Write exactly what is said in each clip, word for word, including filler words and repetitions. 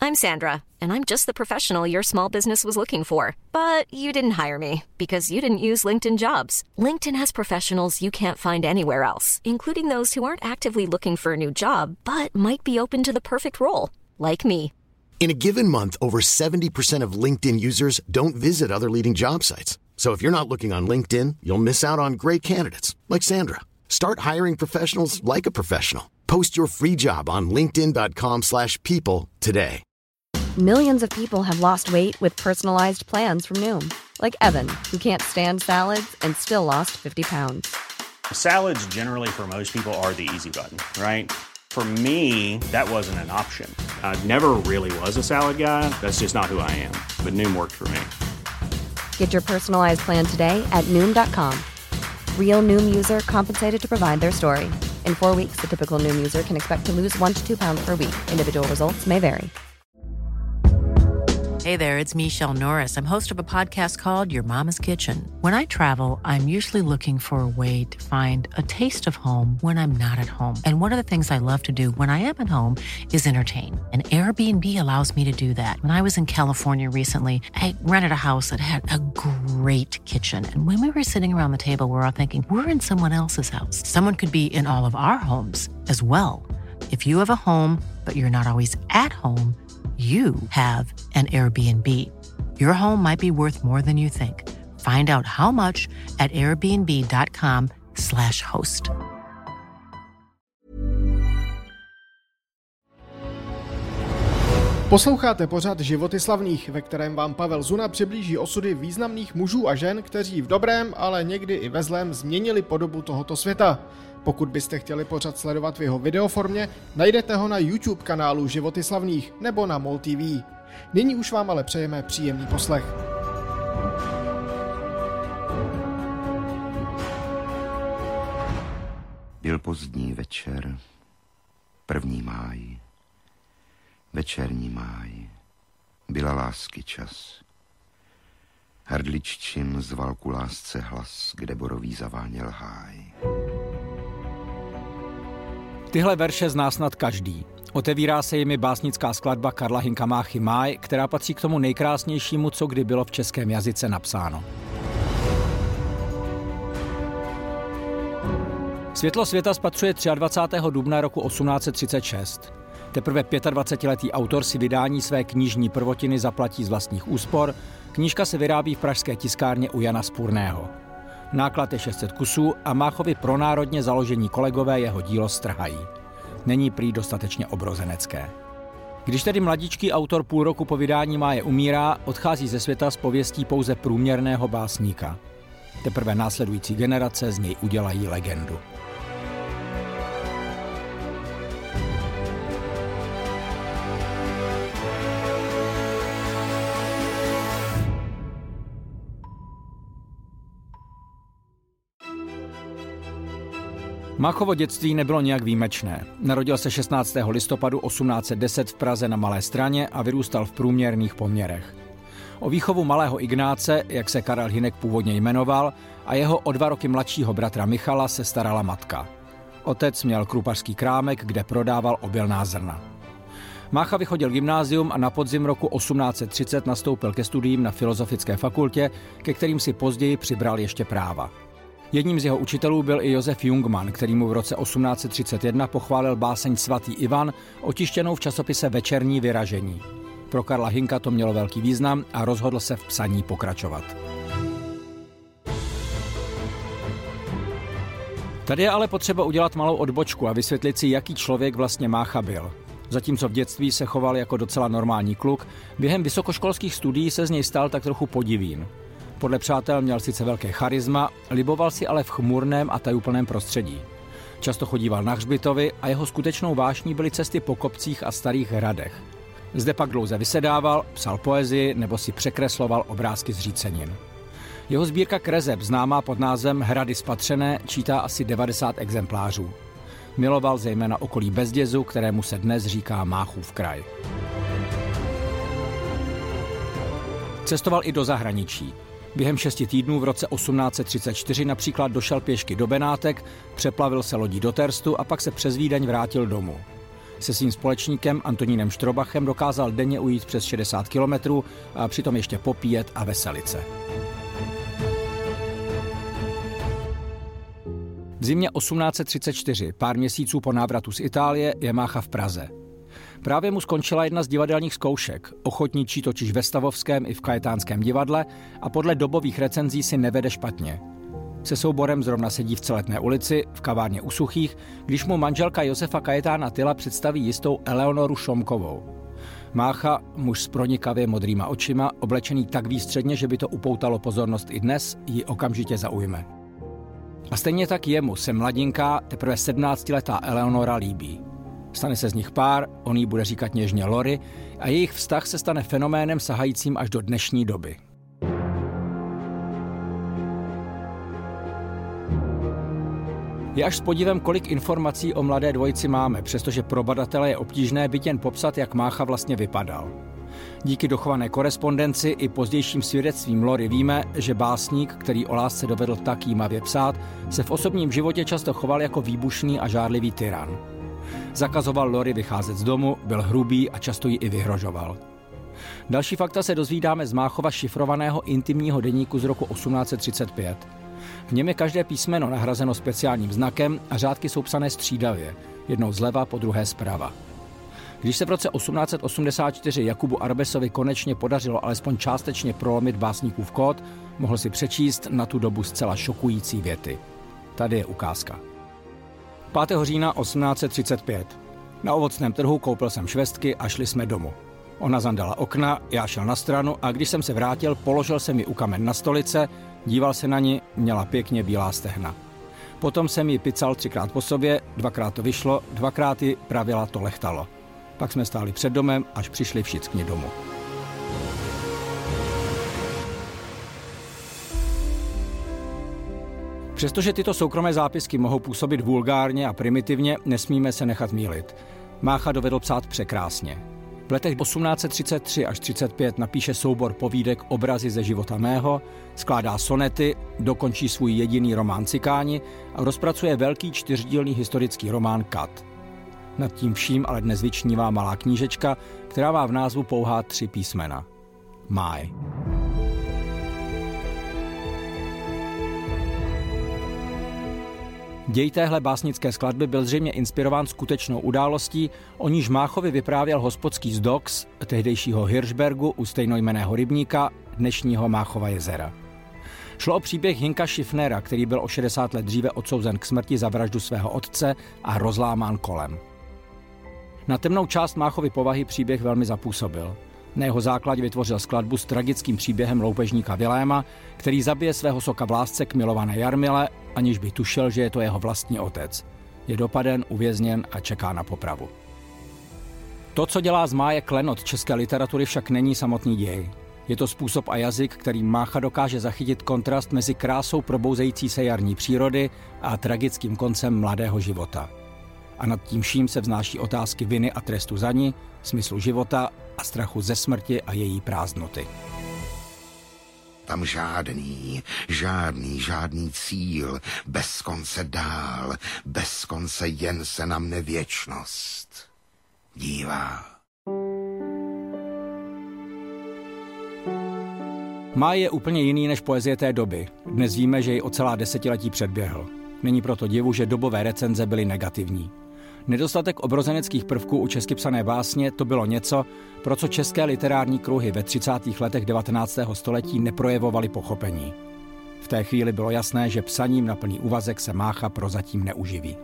I'm Sandra, and I'm just the professional your small business was looking for. But you didn't hire me because you didn't use LinkedIn Jobs. LinkedIn has professionals you can't find anywhere else, including those who aren't actively looking for a new job, but might be open to the perfect role, like me. In a given month, over seventy percent of LinkedIn users don't visit other leading job sites. So if you're not looking on LinkedIn, you'll miss out on great candidates like Sandra. Start hiring professionals like a professional. Post your free job on linkedin.com slash people today. Millions of people have lost weight with personalized plans from Noom. Like Evan, who can't stand salads and still lost fifty pounds. Salads generally for most people are the easy button, right? For me, that wasn't an option. I never really was a salad guy. That's just not who I am. But Noom worked for me. Get your personalized plan today at Noom dot com. Real Noom user compensated to provide their story. In four weeks, the typical Noom user can expect to lose one to two pounds per week. Individual results may vary. Hey there, it's Michelle Norris. I'm host of a podcast called Your Mama's Kitchen. When I travel, I'm usually looking for a way to find a taste of home when I'm not at home. And one of the things I love to do when I am at home is entertain. And Airbnb allows me to do that. When I was in California recently, I rented a house that had a great kitchen. And when we were sitting around the table, we were all thinking, we're in someone else's house. Someone could be in all of our homes as well. If you have a home, but you're not always at home, you have an Airbnb. Your home might be worth more than you think. Find out how much at airbnb.com slash host. Posloucháte pořad Životy slavných, ve kterém vám Pavel Zuna přiblíží osudy významných mužů a žen, kteří v dobrém, ale někdy i ve zlém změnili podobu tohoto světa. Pokud byste chtěli pořad sledovat v jeho videoformě, najdete ho na YouTube kanálu Životy slavných nebo na MOL T V. Nyní už vám ale přejeme příjemný poslech. Byl pozdní večer, první máj, večerní máj, byla lásky čas. Hrdliččin zval ku lásce hlas, kde borový zaváněl háj. Tyhle verše zná snad každý. Otevírá se jimi básnická skladba Karla Hynka Máchy Máj, která patří k tomu nejkrásnějšímu, co kdy bylo v českém jazyce napsáno. Světlo světa spatřuje dvacátého třetího dubna roku osmnáct set třicet šest. Teprve dvacetiletý autor si vydání své knižní prvotiny zaplatí z vlastních úspor. Knížka se vyrábí v pražské tiskárně u Jana Spurného. Náklad je šest set kusů a Máchovi pronárodně založení kolegové jeho dílo strhají. Není prý dostatečně obrozenecké. Když tedy mladíčký autor půl roku po vydání Máje umírá, odchází ze světa s pověstí pouze průměrného básníka. Teprve následující generace z něj udělají legendu. Máchovo dětství nebylo nějak výjimečné. Narodil se šestnáctého listopadu osmnáct set deset v Praze na Malé Straně a vyrůstal v průměrných poměrech. O výchovu malého Ignáce, jak se Karel Hynek původně jmenoval, a jeho o dva roky mladšího bratra Michala se starala matka. Otec měl krupařský krámek, kde prodával obilná zrna. Mácha vychodil gymnázium a na podzim roku osmnáct set třicet nastoupil ke studiím na Filozofické fakultě, ke kterým si později přibral ještě práva. Jedním z jeho učitelů byl i Josef Jungmann, který mu v roce osmnáct set třicet jedna pochválil báseň Svatý Ivan, otištěnou v časopise Večerní vyražení. Pro Karla Hynka to mělo velký význam a rozhodl se v psaní pokračovat. Tady je ale potřeba udělat malou odbočku a vysvětlit si, jaký člověk vlastně Mácha byl. Zatímco v dětství se choval jako docela normální kluk, během vysokoškolských studií se z něj stal tak trochu podivín. Podle přátel měl sice velké charisma, liboval si ale v chmurném a tajuplném prostředí. Často chodíval na hřbitovy a jeho skutečnou vášní byly cesty po kopcích a starých hradech. Zde pak dlouze vysedával, psal poezii nebo si překresloval obrázky zřícenin. Jeho sbírka kreseb, známá pod názvem Hrady spatřené, čítá asi devadesát exemplářů. Miloval zejména okolí Bezdězu, kterému se dnes říká Máchův kraj. Cestoval i do zahraničí. Během šesti týdnů v roce osmnáct set třicet čtyři například došel pěšky do Benátek, přeplavil se lodí do Terstu a pak se přes Vídeň vrátil domů. Se svým společníkem Antonínem Štrobachem dokázal denně ujít přes šedesát kilometrů a přitom ještě popíjet a veselit se. V zimě osmnáct set třicet čtyři, pár měsíců po návratu z Itálie, je Mácha v Praze. Právě mu skončila jedna z divadelních zkoušek, ochotničí totiž ve Stavovském i v Kajetánském divadle a podle dobových recenzí si nevede špatně. Se souborem zrovna sedí v Celetné ulici, v kavárně U Suchých, když mu manželka Josefa Kajetána Tyla představí jistou Eleonoru Šomkovou. Mácha, muž s pronikavě modrýma očima, oblečený tak výstředně, že by to upoutalo pozornost i dnes, ji okamžitě zaujme. A stejně tak jemu se mladinká, teprve sedmnáctiletá Eleonora líbí. Stane se z nich pár, on jí bude říkat něžně Lori a jejich vztah se stane fenoménem sahajícím až do dnešní doby. Je až s podivem, kolik informací o mladé dvojici máme, přestože pro badatele je obtížné byť jen popsat, jak Mácha vlastně vypadal. Díky dochované korespondenci i pozdějším svědectvím Lori víme, že básník, který o lásce dovedl tak jímavě psát, se v osobním životě často choval jako výbušný a žárlivý tyran. Zakazoval Lori vycházet z domu, byl hrubý a často ji i vyhrožoval. Další fakta se dozvídáme z Máchova šifrovaného intimního deníku z roku osmnáct set třicet pět. V něm je každé písmeno nahrazeno speciálním znakem a řádky jsou psané střídavě, jednou zleva, po druhé zprava. Když se v roce osmnáct set osmdesát čtyři Jakubu Arbesovi konečně podařilo alespoň částečně prolomit básníkův kód, mohl si přečíst na tu dobu zcela šokující věty. Tady je ukázka. pátého října osmnáct set třicet pět. Na ovocném trhu koupil jsem švestky a šli jsme domů. Ona zandala okna, já šel na stranu a když jsem se vrátil, položil jsem ji u kamen na stolice, díval se na ní, měla pěkně bílá stehna. Potom jsem ji pical třikrát po sobě, dvakrát to vyšlo, dvakrát ji pravila to lechtalo. Pak jsme stáli před domem, až přišli všichni domů. Přestože tyto soukromé zápisky mohou působit vulgárně a primitivně, nesmíme se nechat mýlit. Mácha dovedl psát překrásně. V letech osmnáct set třicet tři až třicet pět napíše soubor povídek Obrazy ze života mého, skládá sonety, dokončí svůj jediný román Cikáni a rozpracuje velký čtyřdílný historický román Kat. Nad tím vším ale dnes vyčnívá malá knížečka, která má v názvu pouhá tři písmena. Máj. Děj téhle básnické skladby byl zřejmě inspirován skutečnou událostí, o níž Máchovi vyprávěl hospodský z Docks, tehdejšího Hirschbergu u stejnojmenného rybníka, dnešního Máchova jezera. Šlo o příběh Hinka Schiffnera, který byl o šedesát let dříve odsouzen k smrti za vraždu svého otce a rozlámán kolem. Na temnou část Máchovy povahy příběh velmi zapůsobil. Na jeho základě vytvořil skladbu s tragickým příběhem loupežníka Viléma, který zabije svého soka v lásce k milované Jarmile, aniž by tušil, že je to jeho vlastní otec. Je dopaden, uvězněn a čeká na popravu. To, co dělá z Máje klenot české literatury, však není samotný děj. Je to způsob a jazyk, kterým Mácha dokáže zachytit kontrast mezi krásou probouzející se jarní přírody a tragickým koncem mladého života. A nad tím vším se vznáší otázky viny a trestu za ní, smyslu života a strachu ze smrti a její prázdnoty. Tam žádný, žádný, žádný cíl, bez konce dál, bez konce jen se na mne věčnost dívá. Máj je úplně jiný než poezie té doby. Dnes víme, že ji o celá desetiletí předběhl. Není proto divu, že dobové recenze byly negativní. Nedostatek obrozeneckých prvků u česky psané básně to bylo něco, pro co české literární kruhy ve třicátých letech devatenáctého století neprojevovaly pochopení. V té chvíli bylo jasné, že psaním na plný úvazek se Mácha prozatím neuživí.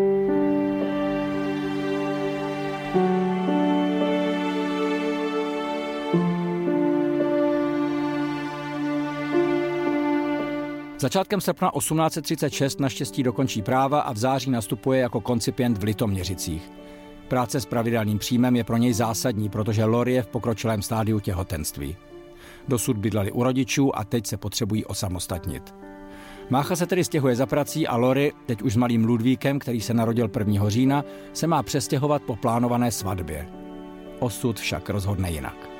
Začátkem srpna osmnáct set třicet šest naštěstí dokončí práva a v září nastupuje jako koncipient v Litoměřicích. Práce s pravidelným příjmem je pro něj zásadní, protože Lori je v pokročilém stádiu těhotenství. Dosud bydleli u rodičů a teď se potřebují osamostatnit. Mácha se tedy stěhuje za prací a Lori, teď už s malým Ludvíkem, který se narodil prvního října, se má přestěhovat po plánované svatbě. Osud však rozhodne jinak.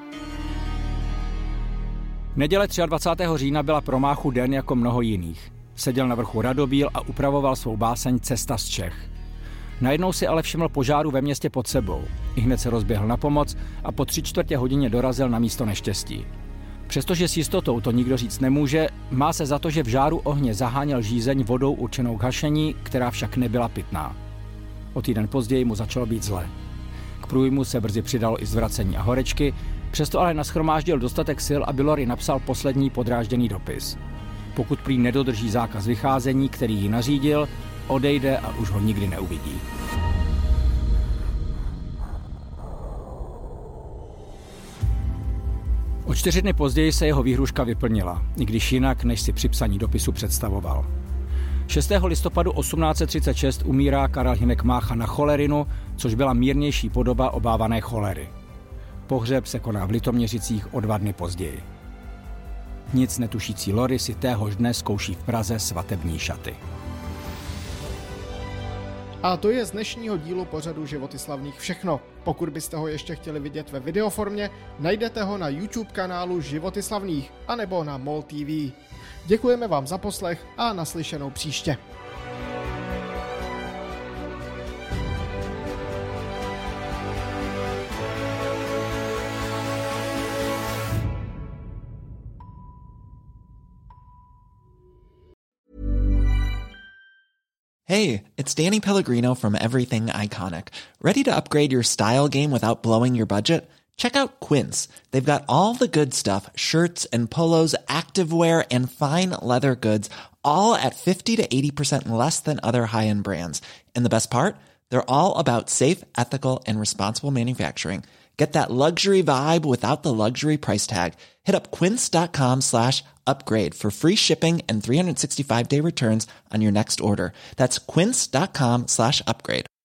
Neděle dvacátého třetího října byla pro Máchu den jako mnoho jiných. seděl na vrchu Radobíl a upravoval svou báseň Cesta z Čech. Najednou si ale všiml požáru ve městě pod sebou. Ihned se rozběhl na pomoc a po tři čtvrtě hodině dorazil na místo neštěstí. Přestože s jistotou to nikdo říct nemůže, má se za to, že v žáru ohně zaháněl žízeň vodou určenou k hašení, která však nebyla pitná. O týden později mu začalo být zle. K průjmu se brzy přidalo i zvracení a horečky, přesto ale nashromáždil dostatek sil, aby Lori napsal poslední podrážděný dopis. Pokud prý nedodrží zákaz vycházení, který jí nařídil, odejde a už ho nikdy neuvidí. O čtyři dny později se jeho výhruška vyplnila, i když jinak, než si při psaní dopisu představoval. šestého listopadu osmnáct set třicet šest umírá Karel Hynek Mácha na cholerinu, což byla mírnější podoba obávané cholery. Pohřeb se koná v Litoměřicích o dva dny později. Nic netušící Lori si téhož dne zkouší v Praze svatební šaty. A to je z dnešního dílu pořadu Životy slavných všechno. Pokud byste ho ještě chtěli vidět ve videoformě, najdete ho na YouTube kanálu Životy slavných anebo na MOL T V. Děkujeme vám za poslech a naslyšenou příště. Hey, it's Danny Pellegrino from Everything Iconic. Ready to upgrade your style game without blowing your budget? Check out Quince. They've got all the good stuff, shirts and polos, activewear, and fine leather goods, all at fifty to eighty percent less than other high-end brands. And the best part? They're all about safe, ethical, and responsible manufacturing. Get that luxury vibe without the luxury price tag. Hit up quince.com slash upgrade for free shipping and three sixty-five day returns on your next order. That's quince.com slash upgrade.